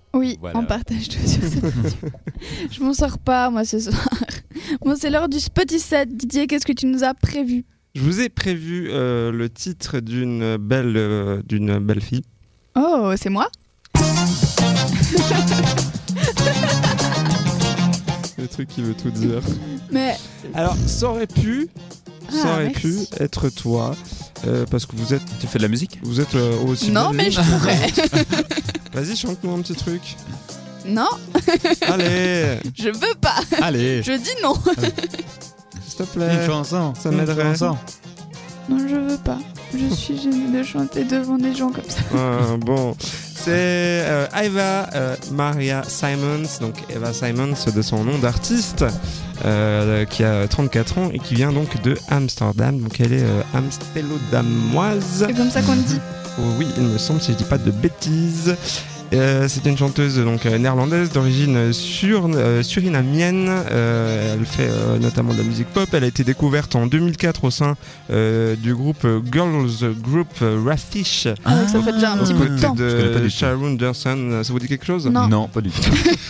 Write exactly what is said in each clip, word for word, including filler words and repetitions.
Oui, Voilà. on partage tout sur cette radio. Je m'en sors pas, moi, ce soir. Bon, c'est l'heure du Spotify. Didier, qu'est-ce que tu nous as prévu ? Je vous ai prévu euh, le titre d'une belle, euh, d'une belle fille. Oh, c'est moi ? Le truc qui veut tout dire. Mais... Alors, ça aurait pu, Ah, ça aurait merci. pu être toi, euh, parce que vous êtes, Tu fais de la musique ? vous êtes euh, aussi. Non, belle, mais lui. je pourrais. Vas-y, chante-nous un petit truc. Non, Allez, je veux pas. Allez, Je dis non. s'il te une plaît. chanson. ça une m'aiderait. chanson. Non, je veux pas. Je suis gênée de chanter devant des gens comme ça. Ah, bon, c'est euh, Eva euh, Maria Simons, donc Eva Simons de son nom d'artiste, euh, qui a trente-quatre ans et qui vient donc de Amsterdam. Donc elle est euh, amstellodamoise. C'est comme ça qu'on le dit. Oh oui, il me semble, si je dis pas de bêtises. Euh, c'est une chanteuse donc euh, néerlandaise d'origine sur, euh, surinamienne. Euh, elle fait euh, notamment de la musique pop. Elle a été découverte en deux mille quatre au sein euh, du groupe euh, Girls Group euh, Rafish, Ah, donc ça fait déjà un aux petit bout de côtés temps. Je connais pas de du tout. Sharon Derson. Ça vous dit quelque chose? Non. Non, pas du tout.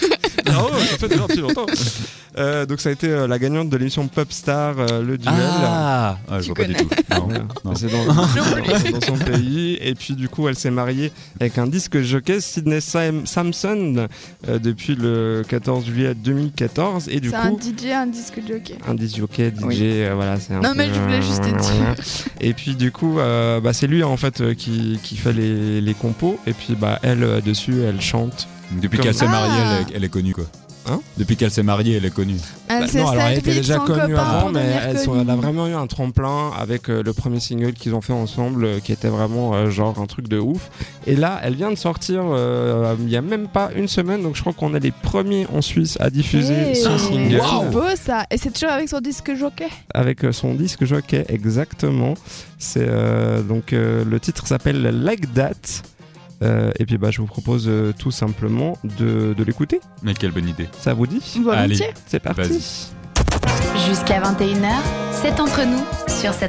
Ah ouais, ça fait déjà un petit longtemps. Euh, donc ça a été euh, la gagnante de l'émission Popstar, euh, le duel. Ah, ah je Tu vois pas du tout. Non, non. C'est dans, dans- dans son pays. Et puis du coup, elle s'est mariée avec un disque jockey, Sidney Sam- Samson, euh, depuis le quatorze juillet deux mille quatorze. Et du C'est un coup, D J, un disque jockey. un disque jockey, D J, Oui. euh, voilà, c'est un Non, peu, mais je voulais juste être sûre. Et puis du coup, euh, bah, c'est lui en fait euh, qui, qui fait les, les compos. Et puis bah elle euh, dessus, elle chante. Depuis Comme- qu'elle s'est Ah. mariée, elle est, elle est connue quoi. Hein Depuis qu'elle s'est mariée, elle est connue. Elle Bah, s'est non, alors elle servie était de déjà son connue copain avant, pour mais devenir elles sont- connue. elle a vraiment eu un tremplin avec euh, le premier single qu'ils ont fait ensemble, euh, qui était vraiment euh, genre un truc de ouf. Et là, elle vient de sortir euh, il y a même pas une semaine, donc je crois qu'on est les premiers en Suisse à diffuser Hey, son single C'est beau ça. Et c'est toujours avec son disque jockey. avec euh, son disque jockey, exactement. C'est euh, donc euh, le titre s'appelle Like That. Euh, et puis bah, je vous propose euh, tout simplement de, de l'écouter. Mais quelle bonne idée. Ça vous dit? Volontiers. C'est parti. Vas-y. Jusqu'à vingt et une heures, c'est entre nous sur cette